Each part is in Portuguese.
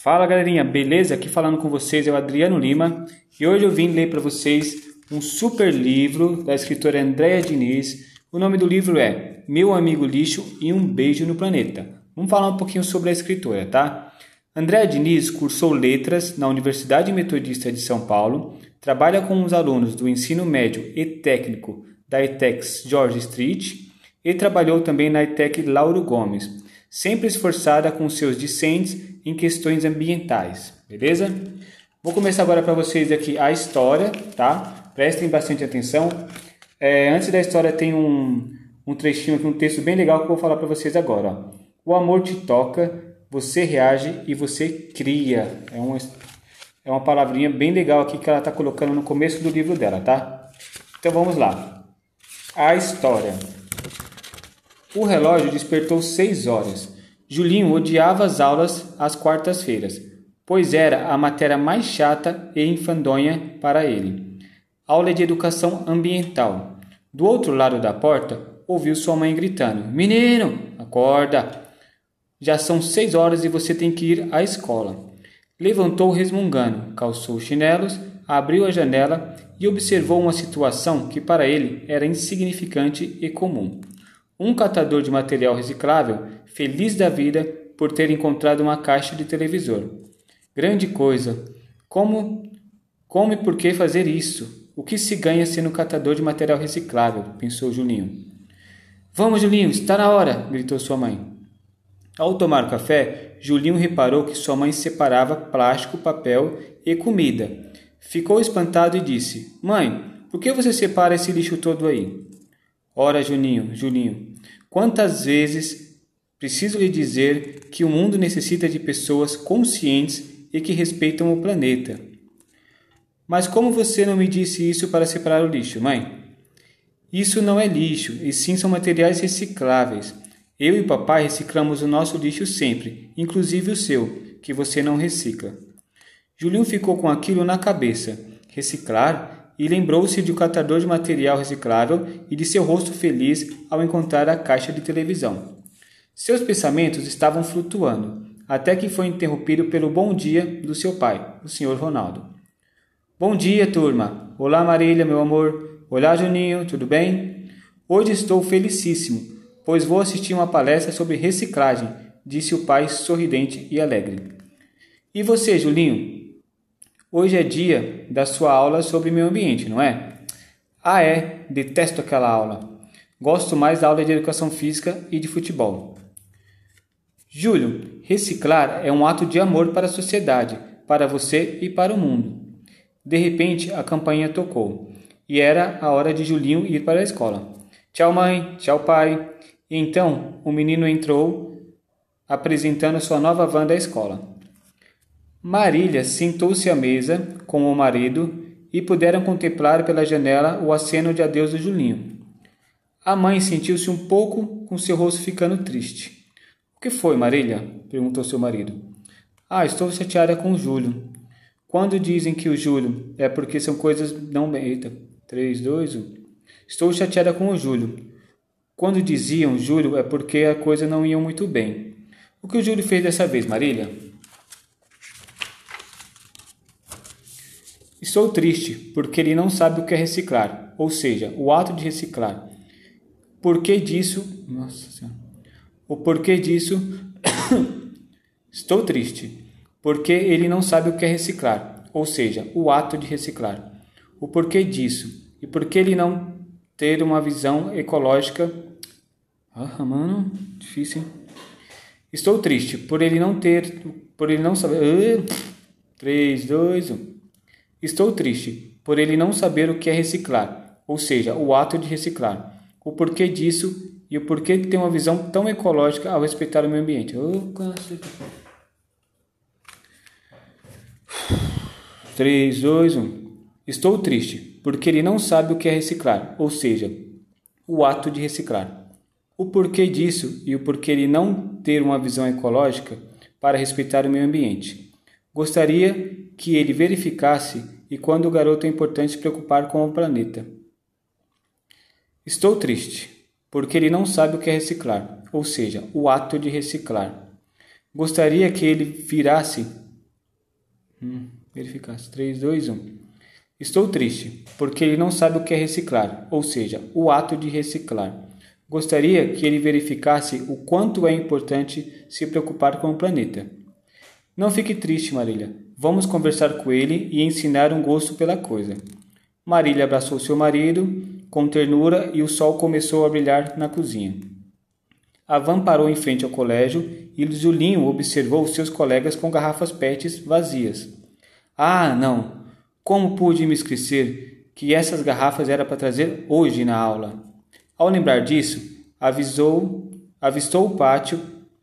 Fala galerinha, beleza? Aqui falando com vocês é o Adriano Lima e hoje eu vim ler para vocês um super livro da escritora Andréa Diniz. O nome do livro é Meu Amigo Lixo e um Beijo no Planeta. Vamos falar um pouquinho sobre a escritora, tá? Andréa Diniz cursou letras na Universidade Metodista de São Paulo, trabalha com os alunos do ensino médio e técnico da ETEX George Street e trabalhou também na ETEC Lauro Gomes, sempre esforçada com seus discentes em questões ambientais, beleza? Vou começar agora para vocês aqui a história, tá? Prestem bastante atenção. Antes da história tem um trechinho aqui, um texto bem legal que eu vou falar para vocês agora. Ó. O amor te toca, você reage e você cria. É uma palavrinha bem legal aqui que ela está colocando no começo do livro dela, tá? Então vamos lá. A história. O relógio despertou 6 horas. Julinho odiava as aulas às quartas-feiras, pois era a matéria mais chata e enfadonha para ele. Aula de educação ambiental. Do outro lado da porta, ouviu sua mãe gritando: "Menino, acorda! Já são 6 horas e você tem que ir à escola." Levantou resmungando, calçou os chinelos, abriu a janela e observou uma situação que para ele era insignificante e comum. Um catador de material reciclável, feliz da vida por ter encontrado uma caixa de televisor. Grande coisa! Como e por que fazer isso? O que se ganha sendo catador de material reciclável? Pensou Julinho. Vamos, Julinho, está na hora! Gritou sua mãe. Ao tomar café, Julinho reparou que sua mãe separava plástico, papel e comida. Ficou espantado e disse: "Mãe, por que você separa esse lixo todo aí?" Ora, Julinho, quantas vezes preciso lhe dizer que o mundo necessita de pessoas conscientes e que respeitam o planeta? Mas como você não me disse isso para separar o lixo, mãe? Isso não é lixo, e sim são materiais recicláveis. Eu e papai reciclamos o nosso lixo sempre, inclusive o seu, que você não recicla. Julinho ficou com aquilo na cabeça. Reciclar? E lembrou-se de um catador de material reciclável e de seu rosto feliz ao encontrar a caixa de televisão. Seus pensamentos estavam flutuando, até que foi interrompido pelo bom dia do seu pai, o Sr. Ronaldo. Bom dia, turma! Olá, Marília, meu amor! Olá, Juninho, tudo bem? Hoje estou felicíssimo, pois vou assistir uma palestra sobre reciclagem, disse o pai sorridente e alegre. E você, Julinho? Hoje é dia da sua aula sobre meio ambiente, não é? Ah, é. Detesto aquela aula. Gosto mais da aula de educação física e de futebol. Júlio, reciclar é um ato de amor para a sociedade, para você e para o mundo. De repente, a campainha tocou e era a hora de Julinho ir para a escola. Tchau, mãe. Tchau, pai. E então, o menino entrou, apresentando sua nova van da escola. Marília sentou-se à mesa com o marido e puderam contemplar pela janela o aceno de adeus do Julinho. A mãe sentiu-se um pouco com seu rosto ficando triste. O que foi, Marília? Perguntou seu marido. Estou chateada com o Júlio. Quando dizem que o Júlio é porque são coisas não bem... Eita, 3, 2, 1. Estou chateada com o Júlio. Quando diziam Júlio é porque a coisa não ia muito bem. O que o Júlio fez dessa vez, Marília? Estou triste porque ele não sabe o que é reciclar, ou seja, o ato de reciclar. Porquê disso? Nossa Senhora. O porquê disso? Estou triste porque ele não sabe o que é reciclar, ou seja, o ato de reciclar. O porquê disso? E por que ele não ter uma visão ecológica? Mano, difícil, hein? Estou triste por ele não saber. 3, 2, 1. Estou triste por ele não saber o que é reciclar, ou seja, o ato de reciclar, o porquê disso e o porquê de ter uma visão tão ecológica ao respeitar o meio ambiente. 3, 2, 1. Estou triste porque ele não sabe o que é reciclar, ou seja, o ato de reciclar. O porquê disso e o porquê de não ter uma visão ecológica para respeitar o meio ambiente. Gostaria que ele verificasse e quando o garoto é importante se preocupar com o planeta. Estou triste, porque ele não sabe o que é reciclar, ou seja, o ato de reciclar. Gostaria que ele virasse Verificar. 3, 2, 1. Estou triste, porque ele não sabe o que é reciclar, ou seja, o ato de reciclar. Gostaria que ele verificasse o quanto é importante se preocupar com o planeta. Não fique triste, Marília. Vamos conversar com ele e ensinar um gosto pela coisa. Marília abraçou seu marido com ternura e o sol começou a brilhar na cozinha. A van parou em frente ao colégio e Julinho observou seus colegas com garrafas PETs vazias. Ah, não! Como pude me esquecer que essas garrafas era para trazer hoje na aula? Ao lembrar disso, avistou o pátio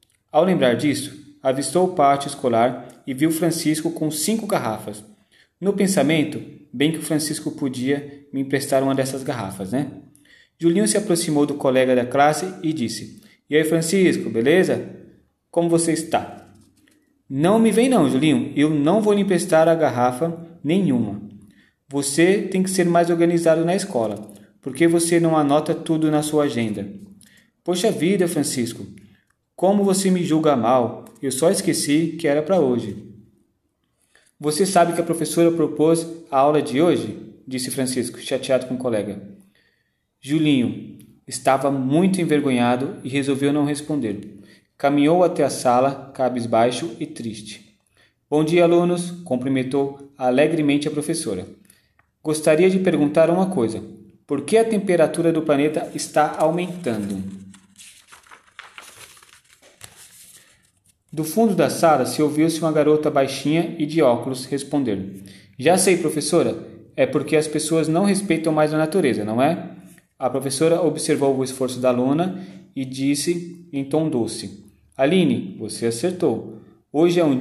escolar e viu Francisco com 5 garrafas. No pensamento, bem que o Francisco podia me emprestar uma dessas garrafas, né? Julinho se aproximou do colega da classe e disse: E aí, Francisco, beleza? Como você está? Não me vem não, Julinho. Eu não vou lhe emprestar a garrafa nenhuma. Você tem que ser mais organizado na escola. Por que você não anota tudo na sua agenda? Poxa vida, Francisco. Como você me julga mal. Eu só esqueci que era para hoje. Você sabe que a professora propôs a aula de hoje? Disse Francisco, chateado com o colega. Julinho estava muito envergonhado e resolveu não responder. Caminhou até a sala, cabisbaixo e triste. Bom dia, alunos, cumprimentou alegremente a professora. Gostaria de perguntar uma coisa. Por que a temperatura do planeta está aumentando? Do fundo da sala se ouviu-se uma garota baixinha e de óculos responder. Já sei, professora, é porque as pessoas não respeitam mais a natureza, não é? A professora observou o esforço da aluna e disse em tom doce. Aline, você acertou. Hoje em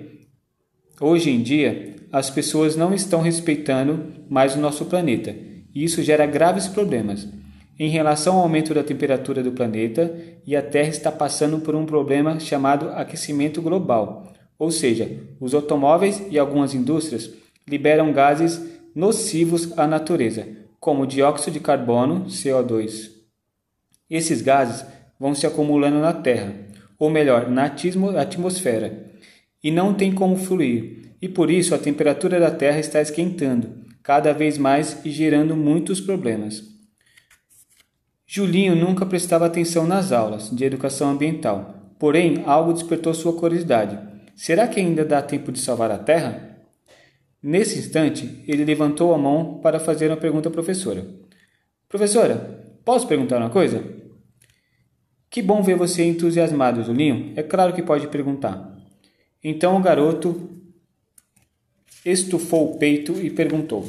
dia, as pessoas não estão respeitando mais o nosso planeta, e isso gera graves problemas. Em relação ao aumento da temperatura do planeta, e a Terra está passando por um problema chamado aquecimento global, ou seja, os automóveis e algumas indústrias liberam gases nocivos à natureza, como dióxido de carbono, CO2. Esses gases vão se acumulando na Terra, ou melhor, na atmosfera, e não tem como fluir, e por isso a temperatura da Terra está esquentando cada vez mais e gerando muitos problemas. Julinho nunca prestava atenção nas aulas de educação ambiental, porém algo despertou sua curiosidade. Será que ainda dá tempo de salvar a Terra? Nesse instante, ele levantou a mão para fazer uma pergunta à professora. Professora, posso perguntar uma coisa? Que bom ver você entusiasmado, Julinho. É claro que pode perguntar. Então o garoto estufou o peito e perguntou.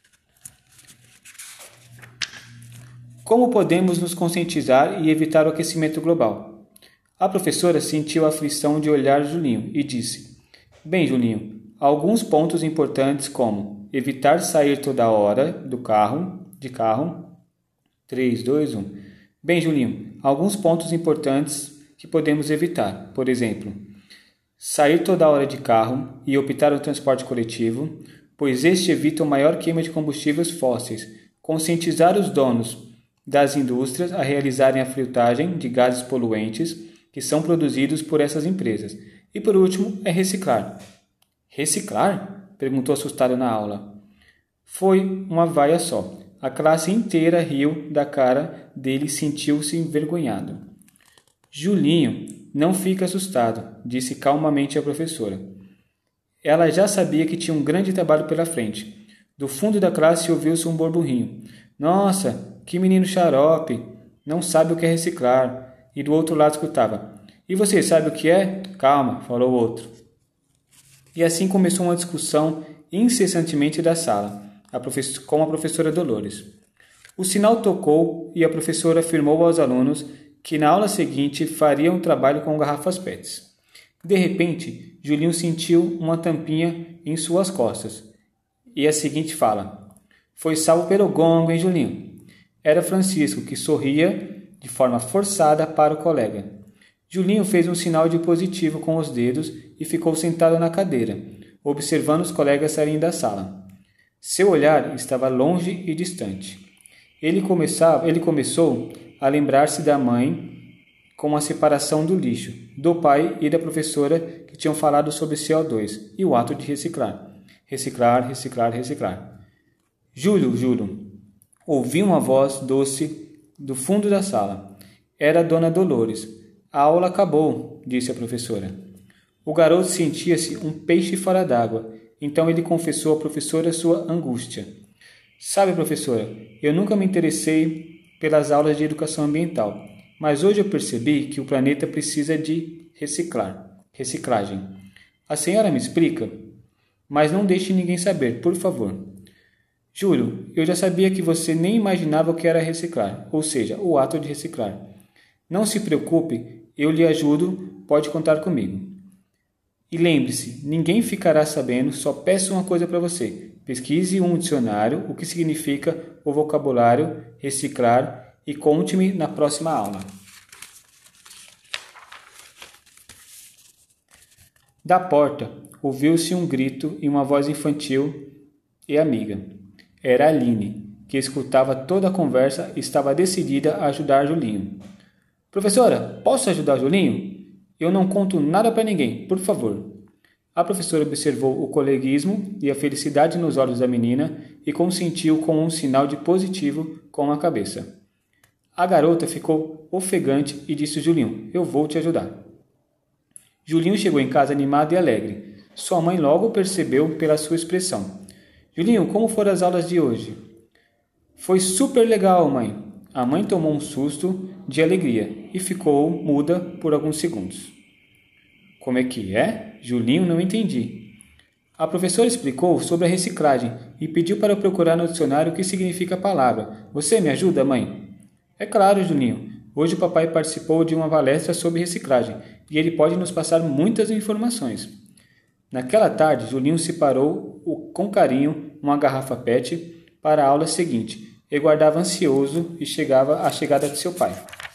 Como podemos nos conscientizar e evitar o aquecimento global? A professora sentiu a aflição de olhar Julinho e disse. Bem, Julinho, alguns pontos importantes como evitar sair toda hora de carro. 3, 2, 1. Bem, Julinho, alguns pontos importantes que podemos evitar. Por exemplo, sair toda hora de carro e optar no transporte coletivo, pois este evita uma maior queima de combustíveis fósseis. Conscientizar os donos das indústrias a realizarem a filtragem de gases poluentes que são produzidos por essas empresas. E por último, é reciclar. Reciclar? Perguntou assustado na aula. Foi uma vaia só. A classe inteira riu da cara dele e sentiu-se envergonhado. Julinho, não fique assustado, disse calmamente a professora. Ela já sabia que tinha um grande trabalho pela frente. Do fundo da classe ouviu-se um borburrinho. Nossa, que menino xarope, não sabe o que é reciclar. E do outro lado escutava. E você sabe o que é? Calma, falou o outro. E assim começou uma discussão incessantemente da sala, com a professora Dolores. O sinal tocou e a professora afirmou aos alunos que na aula seguinte faria um trabalho com garrafas PETs. De repente, Julinho sentiu uma tampinha em suas costas. E a seguinte fala. Foi salvo pelo gongo, hein, Julinho? Era Francisco, que sorria de forma forçada para o colega. Julinho fez um sinal de positivo com os dedos e ficou sentado na cadeira, observando os colegas saírem da sala. Seu olhar estava longe e distante. Ele começou a lembrar-se da mãe com a separação do lixo, do pai e da professora que tinham falado sobre CO2 e o ato de reciclar. Reciclar, reciclar, reciclar. Júlio, Júlio, ouvi uma voz doce do fundo da sala. Era a Dona Dolores. A aula acabou, disse a professora. O garoto sentia-se um peixe fora d'água, então ele confessou à professora sua angústia. Sabe, professora, eu nunca me interessei pelas aulas de educação ambiental, mas hoje eu percebi que o planeta precisa de reciclagem. A senhora me explica? Mas não deixe ninguém saber, por favor. Júlio, eu já sabia que você nem imaginava o que era reciclar, ou seja, o ato de reciclar. Não se preocupe, eu lhe ajudo, pode contar comigo. E lembre-se, ninguém ficará sabendo, só peço uma coisa para você. Pesquise um dicionário, o que significa o vocabulário reciclar e conte-me na próxima aula. Da porta, ouviu-se um grito e uma voz infantil e amiga. Era a Aline, que escutava toda a conversa e estava decidida a ajudar Julinho. Professora, posso ajudar Julinho? Eu não conto nada para ninguém, por favor. A professora observou o coleguismo e a felicidade nos olhos da menina e consentiu com um sinal de positivo com a cabeça. A garota ficou ofegante e disse a Julinho, eu vou te ajudar. Julinho chegou em casa animado e alegre. Sua mãe logo percebeu pela sua expressão. Julinho, como foram as aulas de hoje? Foi super legal, mãe. A mãe tomou um susto de alegria e ficou muda por alguns segundos. Como é que é? Julinho, não entendi. A professora explicou sobre a reciclagem e pediu para eu procurar no dicionário o que significa a palavra. Você me ajuda, mãe? É claro, Julinho. Hoje o papai participou de uma palestra sobre reciclagem e ele pode nos passar muitas informações. Naquela tarde, Julinho separou com carinho uma garrafa PET para a aula seguinte e guardava ansioso a chegada de seu pai.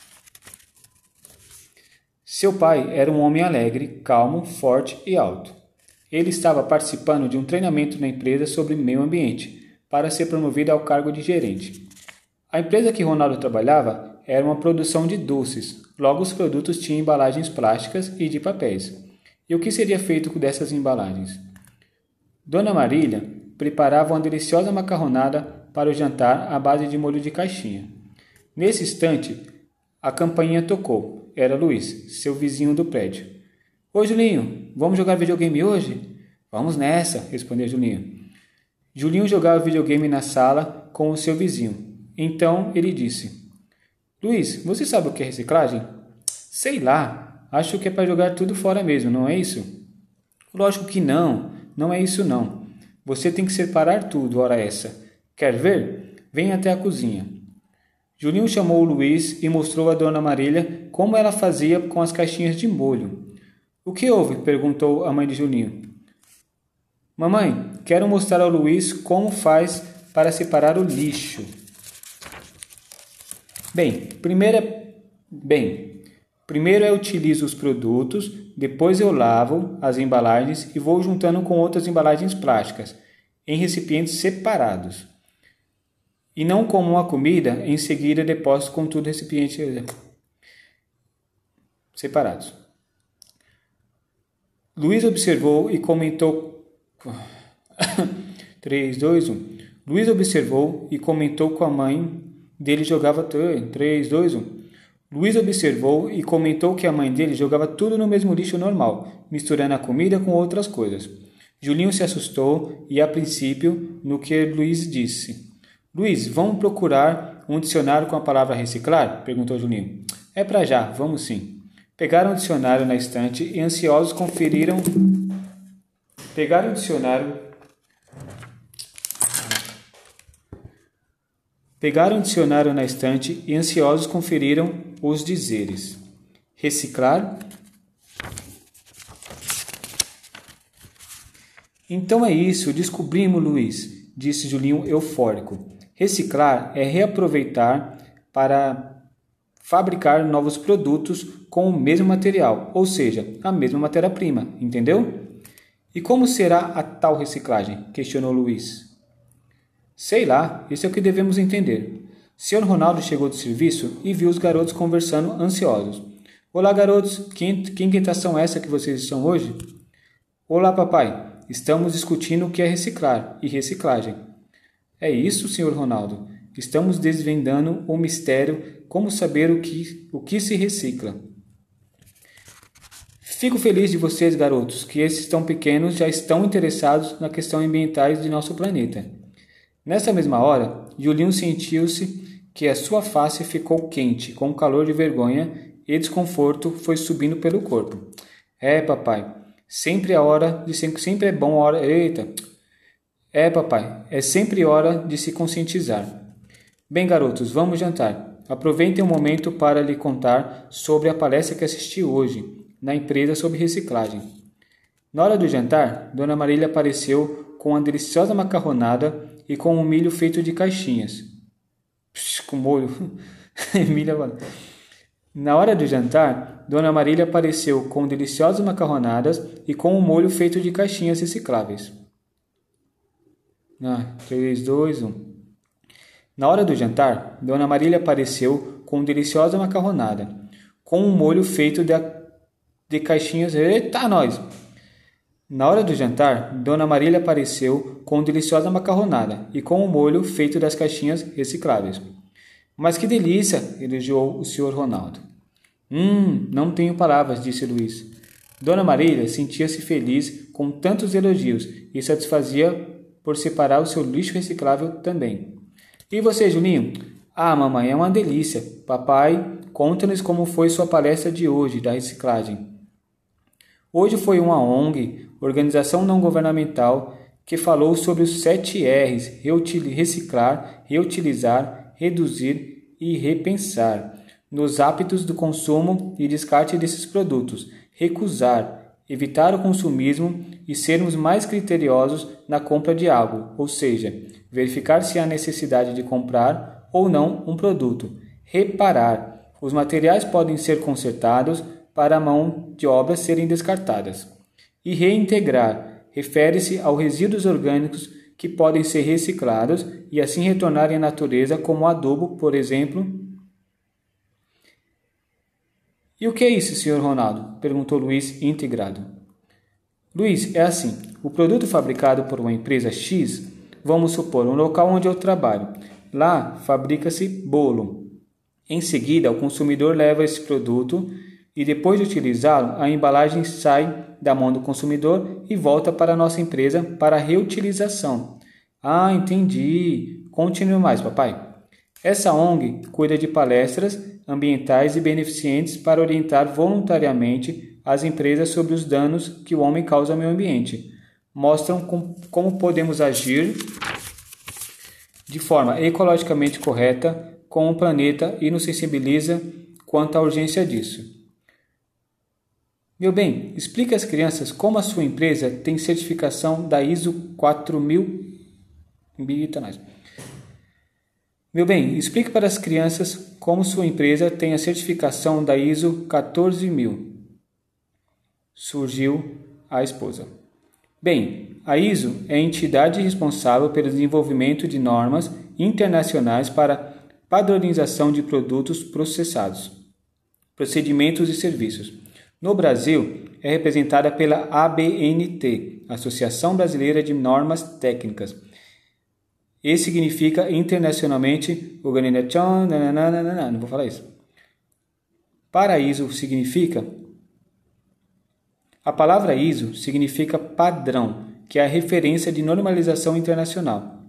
Seu pai era um homem alegre, calmo, forte e alto. Ele estava participando de um treinamento na empresa sobre meio ambiente para ser promovido ao cargo de gerente. A empresa que Ronaldo trabalhava era uma produção de doces, logo os produtos tinham embalagens plásticas e de papéis. E o que seria feito com dessas embalagens? Dona Marília preparava uma deliciosa macarronada para o jantar à base de molho de caixinha. Nesse instante, a campainha tocou. Era Luiz, seu vizinho do prédio. Oi, Julinho, vamos jogar videogame hoje? Vamos nessa, respondeu Julinho. Julinho jogava videogame na sala com o seu vizinho. Então ele disse, Luiz, você sabe o que é reciclagem? Sei lá, acho que é para jogar tudo fora mesmo, não é isso? Lógico que não, não é isso não. Você tem que separar tudo, ora essa. Quer ver? Venha até a cozinha. Julinho chamou o Luiz e mostrou a Dona Marília como ela fazia com as caixinhas de molho. O que houve? Perguntou a mãe de Julinho. Mamãe, quero mostrar ao Luiz como faz para separar o lixo. Primeiro eu utilizo os produtos, depois eu lavo as embalagens e vou juntando com outras embalagens plásticas, em recipientes separados. E não como uma comida, em seguida deposito com tudo recipientes separados. Luiz observou e comentou... 3, 2, 1. Luiz observou e comentou com a mãe dele jogava... 3, 2, 1. Luiz observou e comentou que a mãe dele jogava tudo no mesmo lixo normal, misturando a comida com outras coisas. Julinho se assustou e, a princípio, no que Luiz disse. Luiz, vamos procurar um dicionário com a palavra reciclar? Perguntou Julinho. É para já, vamos sim. Pegaram o dicionário na estante e ansiosos conferiram... Pegaram o dicionário na estante e ansiosos conferiram os dizeres. Reciclar? Então é isso, descobrimos, Luiz, disse Julinho eufórico. Reciclar é reaproveitar para fabricar novos produtos com o mesmo material, ou seja, a mesma matéria-prima, entendeu? E como será a tal reciclagem? Questionou Luiz. Sei lá, isso é o que devemos entender. Sr. Ronaldo chegou do serviço e viu os garotos conversando ansiosos. Olá, garotos, que inquietação é essa que vocês estão hoje? Olá, papai, estamos discutindo o que é reciclar e reciclagem. É isso, senhor Ronaldo. Estamos desvendando o mistério, como saber o que se recicla. Fico feliz de vocês, garotos, que esses tão pequenos já estão interessados na questão ambientais de nosso planeta. Nessa mesma hora, Julinho sentiu-se que a sua face ficou quente, com um calor de vergonha e desconforto foi subindo pelo corpo. Papai, sempre é bom a hora... Eita! Papai, é sempre hora de se conscientizar. Bem, garotos, vamos jantar. Aproveitem um momento para lhe contar sobre a palestra que assisti hoje, na empresa sobre reciclagem. Na hora do jantar, Dona Marília apareceu com uma deliciosa macarronada e com um milho feito de caixinhas. Com molho. Na hora do jantar, Dona Marília apareceu com deliciosas macarronadas e com um molho feito de caixinhas recicláveis. 3, 2, 1. Na hora do jantar, Dona Marília apareceu com deliciosa macarronada, com um molho feito de caixinhas... Eita, nós! Na hora do jantar, Dona Marília apareceu com deliciosa macarronada e com um molho feito das caixinhas recicláveis. Mas que delícia! Elogiou o Sr. Ronaldo. Não tenho palavras, disse Luiz. Dona Marília sentia-se feliz com tantos elogios e satisfazia por separar o seu lixo reciclável também. E você, Julinho? Mamãe, é uma delícia. Papai, conta-nos como foi sua palestra de hoje, da reciclagem. Hoje foi uma ONG, organização não governamental, que falou sobre os 7 R's, reciclar, reutilizar, reduzir e repensar, nos hábitos do consumo e descarte desses produtos, recusar, evitar o consumismo e sermos mais criteriosos na compra de algo, ou seja, verificar se há necessidade de comprar ou não um produto, reparar, os materiais podem ser consertados para a mão de obra serem descartadas, e reintegrar, refere-se aos resíduos orgânicos que podem ser reciclados e assim retornarem à natureza como adubo, por exemplo. E o que é isso, Sr. Ronaldo? Perguntou Luiz, integrado. Luiz, é assim, o produto fabricado por uma empresa X, vamos supor, um local onde eu trabalho, lá fabrica-se bolo. Em seguida, o consumidor leva esse produto e depois de utilizá-lo, a embalagem sai da mão do consumidor e volta para a nossa empresa para reutilização. Entendi. Continue mais, papai. Essa ONG cuida de palestras ambientais e beneficentes para orientar voluntariamente as empresas sobre os danos que o homem causa ao meio ambiente. Mostram como podemos agir de forma ecologicamente correta com o planeta e nos sensibiliza quanto à urgência disso. Meu bem, explique às crianças como a sua empresa tem certificação da ISO 4000. Meu bem, explique para as crianças como sua empresa tem a certificação da ISO 14000. Surgiu a esposa. Bem, a ISO é a entidade responsável pelo desenvolvimento de normas internacionais para padronização de produtos processados, procedimentos e serviços. No Brasil, é representada pela ABNT, Associação Brasileira de Normas Técnicas. E significa internacionalmente organização... Não vou falar isso. Para ISO significa... A palavra ISO significa padrão, que é a referência de normalização internacional.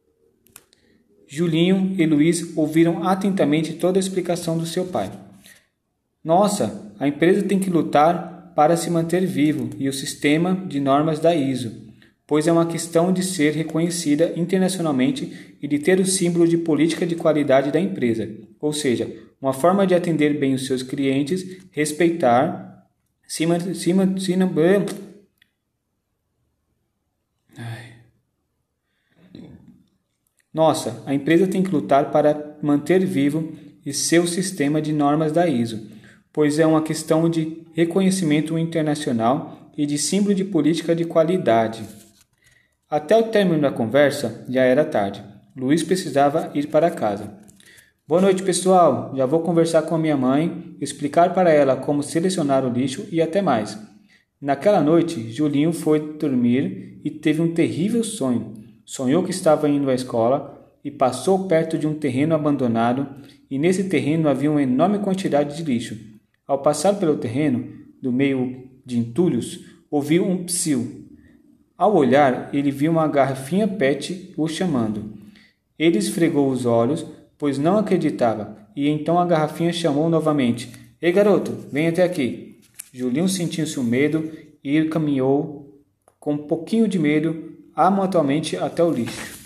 Julinho e Luiz ouviram atentamente toda a explicação do seu pai. Nossa, a empresa tem que lutar para se manter vivo e o sistema de normas da ISO, pois é uma questão de ser reconhecida internacionalmente e de ter o símbolo de política de qualidade da empresa, ou seja, uma forma de atender bem os seus clientes, respeitar, Nossa, a empresa tem que lutar para manter vivo e seu sistema de normas da ISO, pois é uma questão de reconhecimento internacional e de símbolo de política de qualidade. Até o término da conversa, já era tarde. Luiz precisava ir para casa. Boa noite, pessoal. Já vou conversar com a minha mãe, explicar para ela como selecionar o lixo e até mais. Naquela noite, Julinho foi dormir e teve um terrível sonho. Sonhou que estava indo à escola e passou perto de um terreno abandonado, e nesse terreno havia uma enorme quantidade de lixo. Ao passar pelo terreno, do meio de entulhos, ouviu um psiu. Ao olhar, ele viu uma garrafinha PET o chamando. Ele esfregou os olhos, pois não acreditava, e então a garrafinha chamou novamente. Ei, garoto, vem até aqui. Julinho sentiu-se um medo e caminhou, com um pouquinho de medo, amortalmente até o lixo.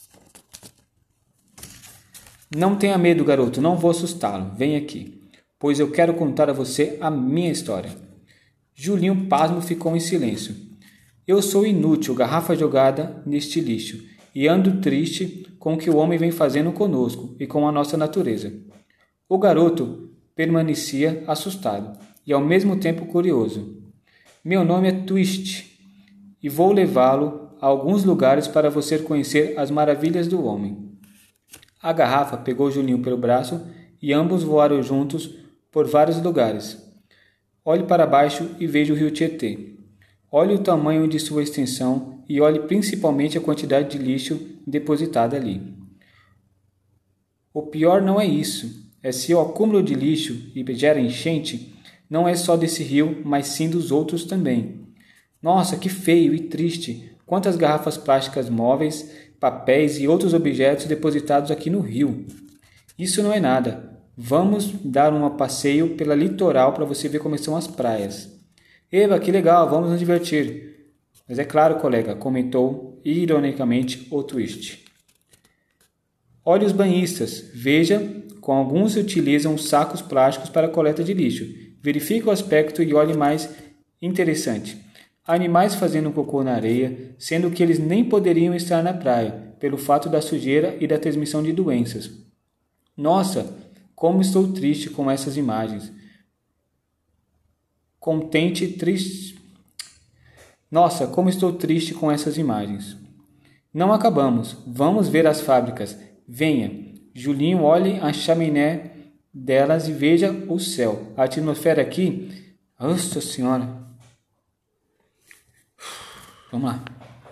Não tenha medo, garoto, não vou assustá-lo. Vem aqui, pois eu quero contar a você a minha história. Julinho, pasmo, ficou em silêncio. Eu sou inútil, garrafa jogada neste lixo, e ando triste com o que o homem vem fazendo conosco e com a nossa natureza. O garoto permanecia assustado e ao mesmo tempo curioso. Meu nome é Twist e vou levá-lo a alguns lugares para você conhecer as maravilhas do homem. A garrafa pegou Julinho pelo braço e ambos voaram juntos por vários lugares. Olhe para baixo e veja o rio Tietê. Olhe o tamanho de sua extensão e olhe principalmente a quantidade de lixo depositada ali. O pior não é isso, é se o acúmulo de lixo e gera enchente, não é só desse rio, mas sim dos outros também. Nossa, que feio e triste! Quantas garrafas plásticas móveis, papéis e outros objetos depositados aqui no rio. Isso não é nada. Vamos dar um passeio pela litoral para você ver como são as praias. Eba, que legal, vamos nos divertir. Mas é claro, colega, comentou ironicamente o Twist. Olhe os banhistas. Veja como alguns utilizam sacos plásticos para a coleta de lixo. Verifique o aspecto e olhe mais interessante. Animais fazendo cocô na areia, sendo que eles nem poderiam estar na praia, pelo fato da sujeira e da transmissão de doenças. Nossa, como estou triste com essas imagens. Contente, triste. Nossa, como estou triste com essas imagens. Não acabamos. Vamos ver as fábricas. Venha. Julinho, olhe a chaminé delas e veja o céu. A atmosfera aqui... Nossa Senhora! Vamos lá.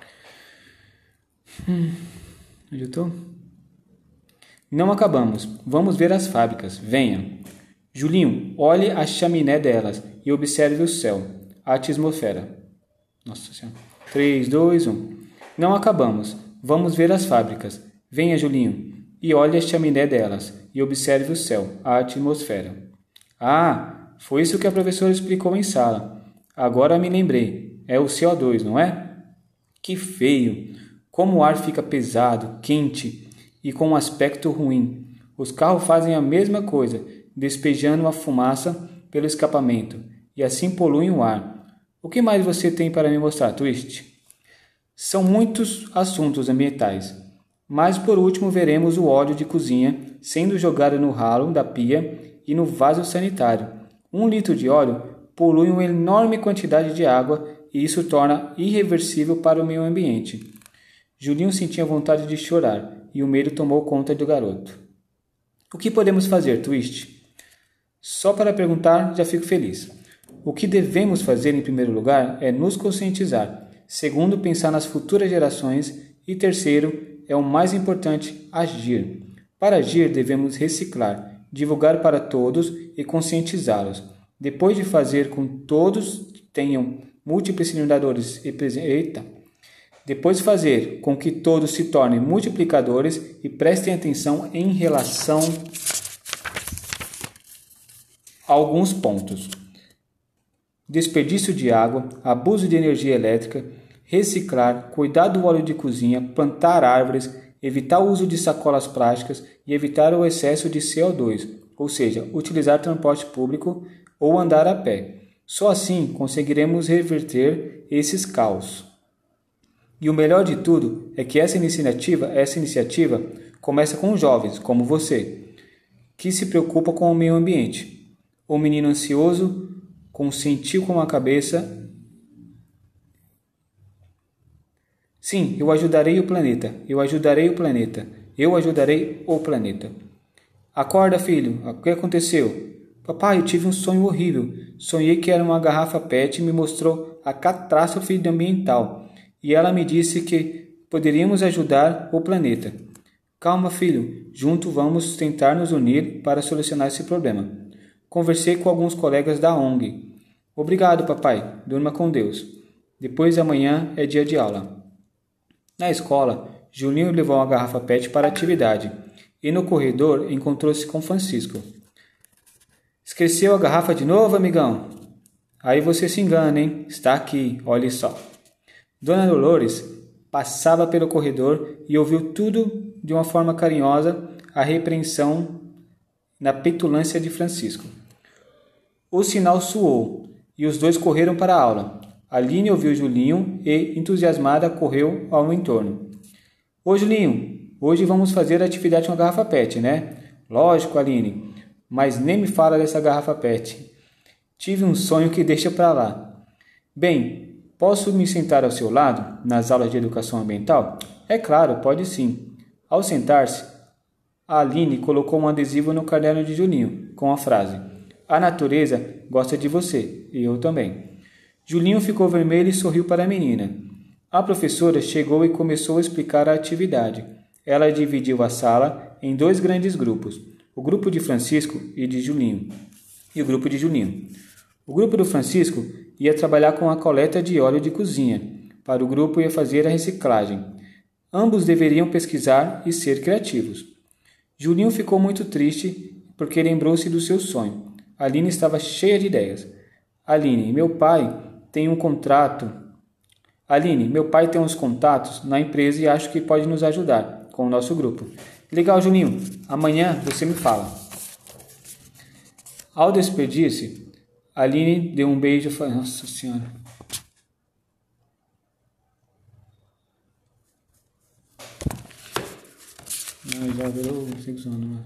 Onde eu estou? Não acabamos. Vamos ver as fábricas. Venha. Julinho, olhe a chaminé delas e observe o céu, a atmosfera. Nossa Senhora. 3, 2, 1. Não acabamos. Vamos ver as fábricas. Venha, Julinho, e olhe a chaminé delas e observe o céu, a atmosfera. Ah, foi isso que a professora explicou em sala. Agora me lembrei. É o CO2, não é? Que feio! Como o ar fica pesado, quente e com um aspecto ruim. Os carros fazem a mesma coisa, despejando a fumaça pelo escapamento, e assim poluem o ar. O que mais você tem para me mostrar, Twist? São muitos assuntos ambientais, mas por último veremos o óleo de cozinha sendo jogado no ralo da pia e no vaso sanitário. 1 litro de óleo polui uma enorme quantidade de água e isso torna irreversível para o meio ambiente. Julinho sentia vontade de chorar e o medo tomou conta do garoto. O que podemos fazer, Twist? Só para perguntar, já fico feliz. O que devemos fazer em primeiro lugar é nos conscientizar. Segundo, pensar nas futuras gerações. E terceiro, é o mais importante, agir. Para agir, devemos reciclar, divulgar para todos e conscientizá-los. Depois de fazer com que todos tenham multiplicadores Depois de fazer com que todos se tornem multiplicadores e prestem atenção em relação a alguns pontos. Desperdício de água, abuso de energia elétrica, reciclar, cuidar do óleo de cozinha, plantar árvores, evitar o uso de sacolas plásticas e evitar o excesso de CO2, ou seja, utilizar transporte público ou andar a pé. Só assim conseguiremos reverter esses caos. E o melhor de tudo é que essa iniciativa começa com jovens como você, que se preocupa com o meio ambiente. O menino ansioso consentiu com a cabeça. Sim, eu ajudarei o planeta, eu ajudarei o planeta, eu ajudarei o planeta. Acorda, filho. O que aconteceu? Papai, eu tive um sonho horrível. Sonhei que era uma garrafa PET e me mostrou a catástrofe ambiental. E ela me disse que poderíamos ajudar o planeta. Calma, filho. Junto vamos tentar nos unir para solucionar esse problema. Conversei com alguns colegas da ONG. Obrigado, papai. Durma com Deus. Depois de amanhã é dia de aula. Na escola, Julinho levou uma garrafa PET para a atividade e no corredor encontrou-se com Francisco. Esqueceu a garrafa de novo, amigão? Aí você se engana, hein? Está aqui, olhe só. Dona Dolores passava pelo corredor e ouviu tudo de uma forma carinhosa, a repreensão na petulância de Francisco. O sinal soou e os dois correram para a aula. Aline ouviu Julinho e, entusiasmada, correu ao entorno. Ô Julinho, hoje vamos fazer a atividade com a garrafa PET, né? Lógico, Aline, mas nem me fala dessa garrafa PET. Tive um sonho que deixa para lá. Bem, posso me sentar ao seu lado nas aulas de educação ambiental? É claro, pode sim. Ao sentar-se, a Aline colocou um adesivo no caderno de Julinho, com a frase: A natureza gosta de você, e eu também. Julinho ficou vermelho e sorriu para a menina. A professora chegou e começou a explicar a atividade. Ela dividiu a sala em dois grandes grupos, o grupo de Francisco e de Julinho, e o grupo de Julinho. O grupo do Francisco ia trabalhar com a coleta de óleo de cozinha. Para o grupo ia fazer a reciclagem. Ambos deveriam pesquisar e ser criativos. Julinho ficou muito triste porque lembrou-se do seu sonho. Aline estava cheia de ideias. Aline, meu pai tem uns contatos na empresa e acho que pode nos ajudar com o nosso grupo. Legal, Julinho. Amanhã você me fala. Ao despedir-se, Aline deu um beijo e falou: Nossa Senhora. Já virou 6 anos.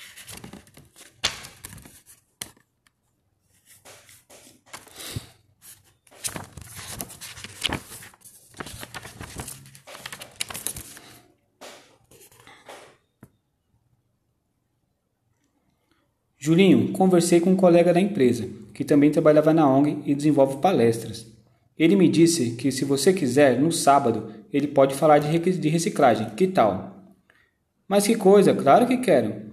Julinho, conversei com um colega da empresa, que também trabalhava na ONG e desenvolve palestras. Ele me disse que se você quiser, no sábado, ele pode falar de reciclagem. Que tal? Mas que coisa, claro que quero.